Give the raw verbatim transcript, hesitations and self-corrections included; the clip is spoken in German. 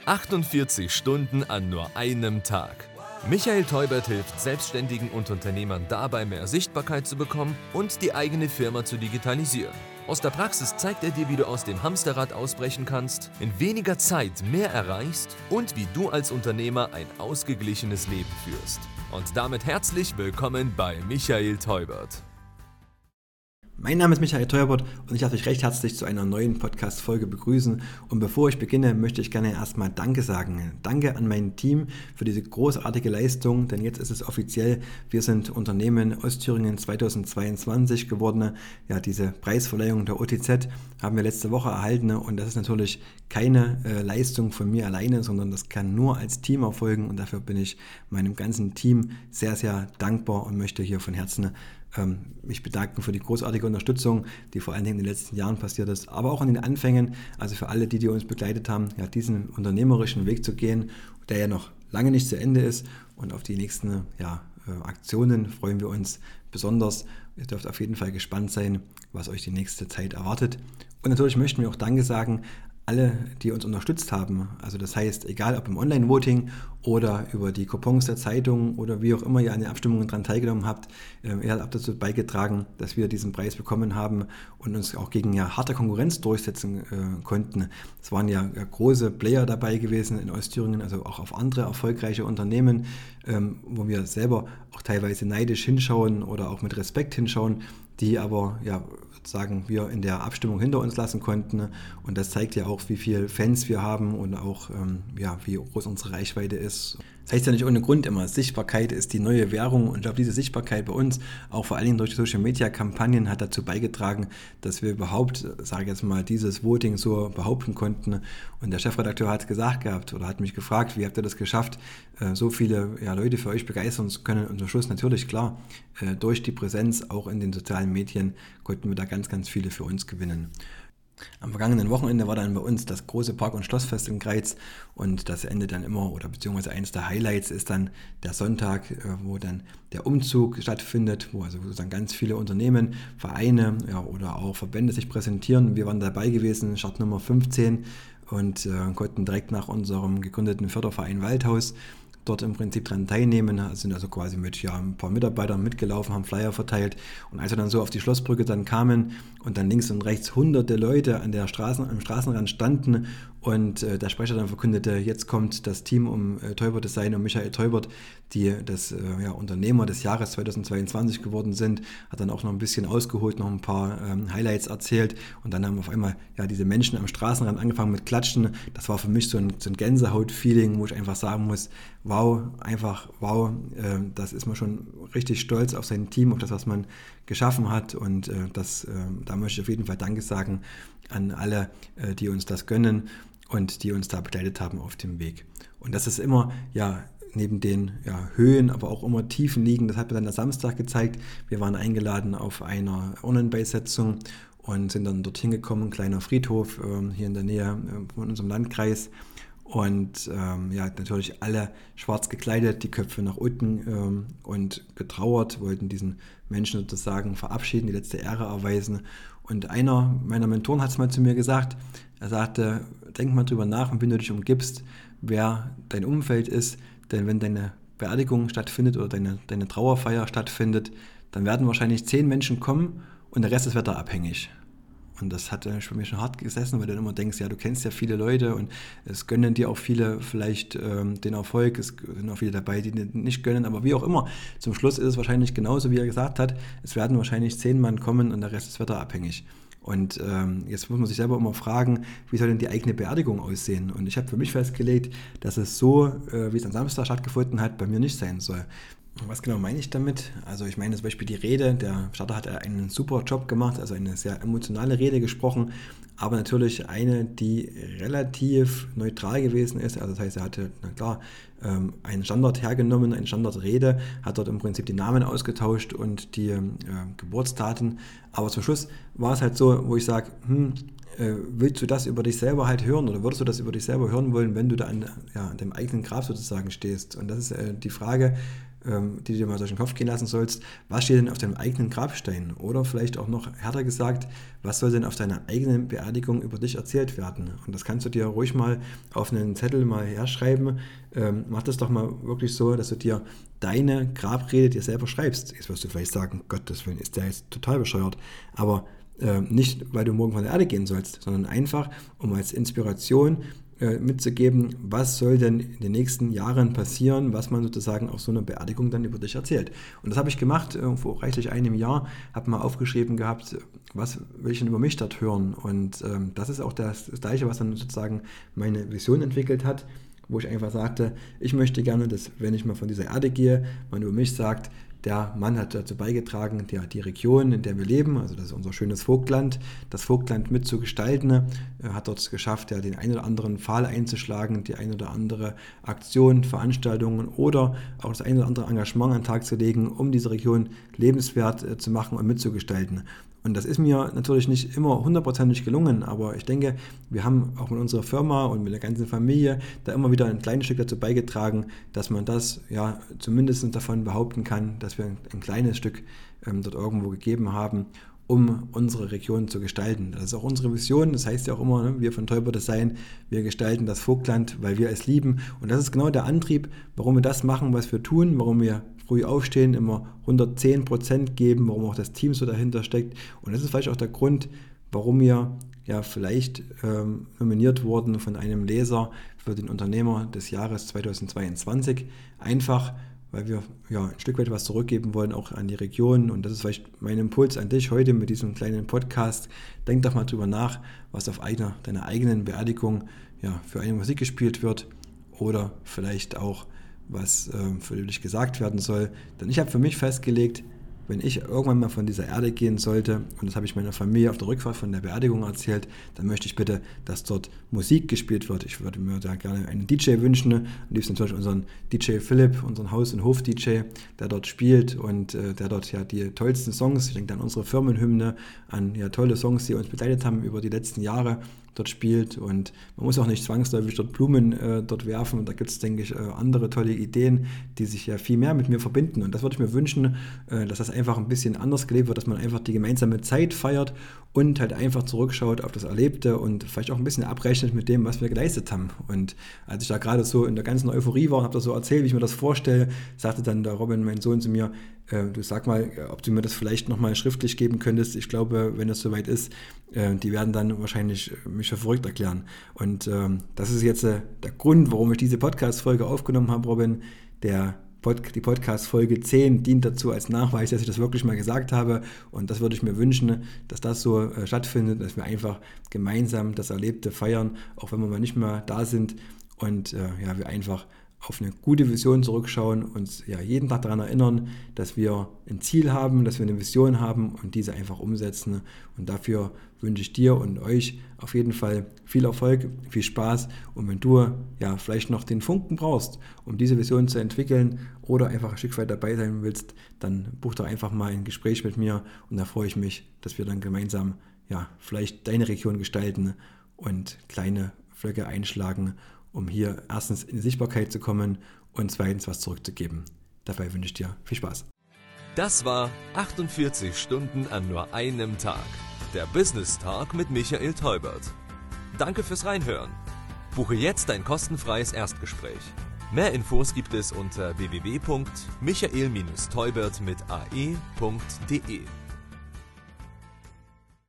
achtundvierzig Stunden an nur einem Tag. Michael Teubert hilft Selbstständigen und Unternehmern dabei, mehr Sichtbarkeit zu bekommen und die eigene Firma zu digitalisieren. Aus der Praxis zeigt er dir, wie du aus dem Hamsterrad ausbrechen kannst, in weniger Zeit mehr erreichst und wie du als Unternehmer ein ausgeglichenes Leben führst. Und damit herzlich willkommen bei Michael Teubert. Mein Name ist Michael Teubert und ich darf euch recht herzlich zu einer neuen Podcast-Folge begrüßen. Und bevor ich beginne, möchte ich gerne erstmal Danke sagen. Danke an mein Team für diese großartige Leistung, denn jetzt ist es offiziell, wir sind Unternehmen Ostthüringen zweitausendzweiundzwanzig geworden. Ja, diese Preisverleihung der O T Z haben wir letzte Woche erhalten und das ist natürlich keine äh, Leistung von mir alleine, sondern das kann nur als Team erfolgen und dafür bin ich meinem ganzen Team sehr, sehr dankbar und möchte hier von Herzen mich bedanken für die großartige Unterstützung, die vor allen Dingen in den letzten Jahren passiert ist, aber auch in den Anfängen, also für alle, die, die uns begleitet haben, ja, diesen unternehmerischen Weg zu gehen, der ja noch lange nicht zu Ende ist, und auf die nächsten ja, Aktionen freuen wir uns besonders. Ihr dürft auf jeden Fall gespannt sein, was euch die nächste Zeit erwartet. Und natürlich möchten wir auch Danke sagen alle, die uns unterstützt haben, also das heißt, egal ob im Online-Voting oder über die Coupons der Zeitung oder wie auch immer ihr an den Abstimmungen daran teilgenommen habt, ihr habt dazu beigetragen, dass wir diesen Preis bekommen haben und uns auch gegen ja, harte Konkurrenz durchsetzen äh, konnten. Es waren ja, ja große Player dabei gewesen in Ostthüringen, also auch auf andere erfolgreiche Unternehmen, ähm, wo wir selber auch teilweise neidisch hinschauen oder auch mit Respekt hinschauen, die aber ja sagen wir in der Abstimmung hinter uns lassen konnten, und das zeigt ja auch, wie viele Fans wir haben und auch ähm, ja, wie groß unsere Reichweite ist. Das heißt ja nicht ohne Grund immer, Sichtbarkeit ist die neue Währung, und ich glaube, diese Sichtbarkeit bei uns, auch vor allen Dingen durch die Social-Media-Kampagnen, hat dazu beigetragen, dass wir überhaupt, sage ich jetzt mal, dieses Voting so behaupten konnten. Und der Chefredakteur hat gesagt gehabt oder hat mich gefragt, wie habt ihr das geschafft, so viele ja, Leute für euch begeistern zu können, und zum Schluss natürlich klar, durch die Präsenz auch in den sozialen Medien konnten wir da ganz, ganz viele für uns gewinnen. Am vergangenen Wochenende war dann bei uns das große Park- und Schlossfest in Greiz, und das endet dann immer, oder beziehungsweise eines der Highlights ist dann der Sonntag, wo dann der Umzug stattfindet, wo also sozusagen ganz viele Unternehmen, Vereine ja, oder auch Verbände sich präsentieren. Wir waren dabei gewesen, Startnummer fünfzehn, und äh, konnten direkt nach unserem gegründeten Förderverein Waldhaus dort im Prinzip dran teilnehmen, sind also quasi mit ja, ein paar Mitarbeitern mitgelaufen, haben Flyer verteilt, und als wir dann so auf die Schlossbrücke dann kamen und dann links und rechts hunderte Leute an der Straßen, am Straßenrand standen und äh, der Sprecher dann verkündete, jetzt kommt das Team um äh, Teubert Design und Michael Teubert, die das äh, ja, Unternehmer des Jahres zweitausendzweiundzwanzig geworden sind, hat dann auch noch ein bisschen ausgeholt, noch ein paar ähm, Highlights erzählt, und dann haben auf einmal ja diese Menschen am Straßenrand angefangen mit Klatschen. Das war für mich so ein, so ein Gänsehaut-Feeling, wo ich einfach sagen muss, wow, einfach wow, äh, das ist man schon richtig stolz auf sein Team, auf das, was man geschaffen hat, und äh, das, äh, da möchte ich auf jeden Fall Danke sagen an alle, äh, die uns das gönnen und die uns da begleitet haben auf dem Weg. Und das ist immer, ja, neben den ja, Höhen, aber auch immer Tiefen liegen. Das hat mir dann der Samstag gezeigt. Wir waren eingeladen auf einer Urnenbeisetzung und sind dann dorthin gekommen, ein kleiner Friedhof äh, hier in der Nähe äh, von unserem Landkreis. Und ähm, ja, natürlich alle schwarz gekleidet, die Köpfe nach unten ähm, und getrauert, wollten diesen Menschen sozusagen verabschieden, die letzte Ehre erweisen. Und einer meiner Mentoren hat es mal zu mir gesagt, er sagte, denk mal drüber nach, wenn du dich umgibst, wer dein Umfeld ist, denn wenn deine Beerdigung stattfindet oder deine, deine Trauerfeier stattfindet, dann werden wahrscheinlich zehn Menschen kommen und der Rest ist wetterabhängig. Und das hat für mich schon hart gesessen, weil du dann immer denkst, ja, du kennst ja viele Leute und es gönnen dir auch viele vielleicht ähm, den Erfolg, es sind auch viele dabei, die nicht gönnen, aber wie auch immer. Zum Schluss ist es wahrscheinlich genauso, wie er gesagt hat, es werden wahrscheinlich zehn Mann kommen und der Rest ist wetterabhängig. Und ähm, jetzt muss man sich selber immer fragen, wie soll denn die eigene Beerdigung aussehen? Und ich habe für mich festgelegt, dass es so, äh, wie es am Samstag stattgefunden hat, bei mir nicht sein soll. Was genau meine ich damit? Also ich meine zum Beispiel die Rede, der Starter hat einen super Job gemacht, also eine sehr emotionale Rede gesprochen, aber natürlich eine, die relativ neutral gewesen ist. Also das heißt, er hatte, na klar, einen Standard hergenommen, eine Standardrede, hat dort im Prinzip die Namen ausgetauscht und die äh, Geburtsdaten, aber zum Schluss war es halt so, wo ich sage, hm, äh, willst du das über dich selber halt hören oder würdest du das über dich selber hören wollen, wenn du da an, ja, an deinem eigenen Grab sozusagen stehst? Und das ist äh, die Frage, ähm, die du dir mal durch den Kopf gehen lassen sollst. Was steht denn auf deinem eigenen Grabstein? Oder vielleicht auch noch härter gesagt, was soll denn auf deiner eigenen Beerdigung über dich erzählt werden? Und das kannst du dir ruhig mal auf einen Zettel mal herschreiben. Ähm, mach das doch mal wirklich so, dass du dir deine Grabrede dir selber schreibst. Jetzt wirst du vielleicht sagen, Gottes Willen, ist der jetzt total bescheuert. Aber äh, nicht, weil du morgen von der Erde gehen sollst, sondern einfach, um als Inspiration äh, mitzugeben, was soll denn in den nächsten Jahren passieren, was man sozusagen auf so einer Beerdigung dann über dich erzählt. Und das habe ich gemacht äh, vor reichlich einem Jahr, habe mal aufgeschrieben gehabt, was will ich denn über mich dort hören. Und ähm, das ist auch das, das Gleiche, was dann sozusagen meine Vision entwickelt hat, wo ich einfach sagte, ich möchte gerne, dass, wenn ich mal von dieser Erde gehe, man über mich sagt, der Mann hat dazu beigetragen, die, die Region, in der wir leben, also das ist unser schönes Vogtland, das Vogtland mitzugestalten, er hat dort es geschafft, ja, den einen oder anderen Pfahl einzuschlagen, die eine oder andere Aktion, Veranstaltungen oder auch das eine oder andere Engagement an den Tag zu legen, um diese Region lebenswert äh, zu machen und mitzugestalten. Und das ist mir natürlich nicht immer hundertprozentig gelungen, aber ich denke, wir haben auch mit unserer Firma und mit der ganzen Familie da immer wieder ein kleines Stück dazu beigetragen, dass man das ja zumindest davon behaupten kann, dass wir ein kleines Stück ähm, dort irgendwo gegeben haben, um unsere Region zu gestalten. Das ist auch unsere Vision, das heißt ja auch immer, ne, wir von Teuber Design, wir gestalten das Vogtland, weil wir es lieben. Und das ist genau der Antrieb, warum wir das machen, was wir tun, warum wir früh aufstehen, immer hundertzehn Prozent geben, warum auch das Team so dahinter steckt. Und das ist vielleicht auch der Grund, warum wir ja vielleicht ähm, nominiert wurden von einem Leser für den Unternehmer des Jahres zweitausendzweiundzwanzig. Einfach, weil wir ja ein Stück weit was zurückgeben wollen, auch an die Region. Und das ist vielleicht mein Impuls an dich heute mit diesem kleinen Podcast. Denk doch mal drüber nach, was auf einer deiner eigenen Beerdigung ja, für eine Musik gespielt wird oder vielleicht auch was äh, für dich gesagt werden soll. Denn ich habe für mich festgelegt, wenn ich irgendwann mal von dieser Erde gehen sollte, und das habe ich meiner Familie auf der Rückfahrt von der Beerdigung erzählt, dann möchte ich bitte, dass dort Musik gespielt wird. Ich würde mir da gerne einen D J wünschen, am liebsten natürlich unseren D J Philipp, unseren Haus- und Hof-D J, der dort spielt und äh, der dort ja die tollsten Songs, ich denke an unsere Firmenhymne, an ja tolle Songs, die uns begleitet haben über die letzten Jahre, dort spielt. Und man muss auch nicht zwangsläufig dort Blumen äh, dort werfen. Und da gibt es, denke ich, äh, andere tolle Ideen, die sich ja viel mehr mit mir verbinden. Und das würde ich mir wünschen, äh, dass das einfach ein bisschen anders gelebt wird, dass man einfach die gemeinsame Zeit feiert und halt einfach zurückschaut auf das Erlebte und vielleicht auch ein bisschen abrechnet mit dem, was wir geleistet haben. Und als ich da gerade so in der ganzen Euphorie war und habe das so erzählt, wie ich mir das vorstelle, sagte dann der Robin, mein Sohn, zu mir, äh, du sag mal, ob du mir das vielleicht nochmal schriftlich geben könntest. Ich glaube, wenn das soweit ist, äh, die werden dann wahrscheinlich mich für verrückt erklären. Und ähm, das ist jetzt äh, der Grund, warum ich diese Podcast-Folge aufgenommen habe, Robin. Der Pod- die Podcast-Folge zehn dient dazu als Nachweis, dass ich das wirklich mal gesagt habe. Und das würde ich mir wünschen, dass das so äh, stattfindet, dass wir einfach gemeinsam das Erlebte feiern, auch wenn wir mal nicht mehr da sind. Und äh, ja, wir einfach auf eine gute Vision zurückschauen, uns ja jeden Tag daran erinnern, dass wir ein Ziel haben, dass wir eine Vision haben und diese einfach umsetzen. Und dafür wünsche ich dir und euch auf jeden Fall viel Erfolg, viel Spaß. Und wenn du ja vielleicht noch den Funken brauchst, um diese Vision zu entwickeln oder einfach ein Stück weit dabei sein willst, dann buch doch einfach mal ein Gespräch mit mir und da freue ich mich, dass wir dann gemeinsam ja vielleicht deine Region gestalten und kleine Flöcke einschlagen, um hier erstens in die Sichtbarkeit zu kommen und zweitens was zurückzugeben. Dabei wünsche ich dir viel Spaß. Das war achtundvierzig Stunden an nur einem Tag. Der Business Talk mit Michael Teubert. Danke fürs Reinhören. Buche jetzt dein kostenfreies Erstgespräch. Mehr Infos gibt es unter w w w punkt michael Teubert mit a e punkt d e.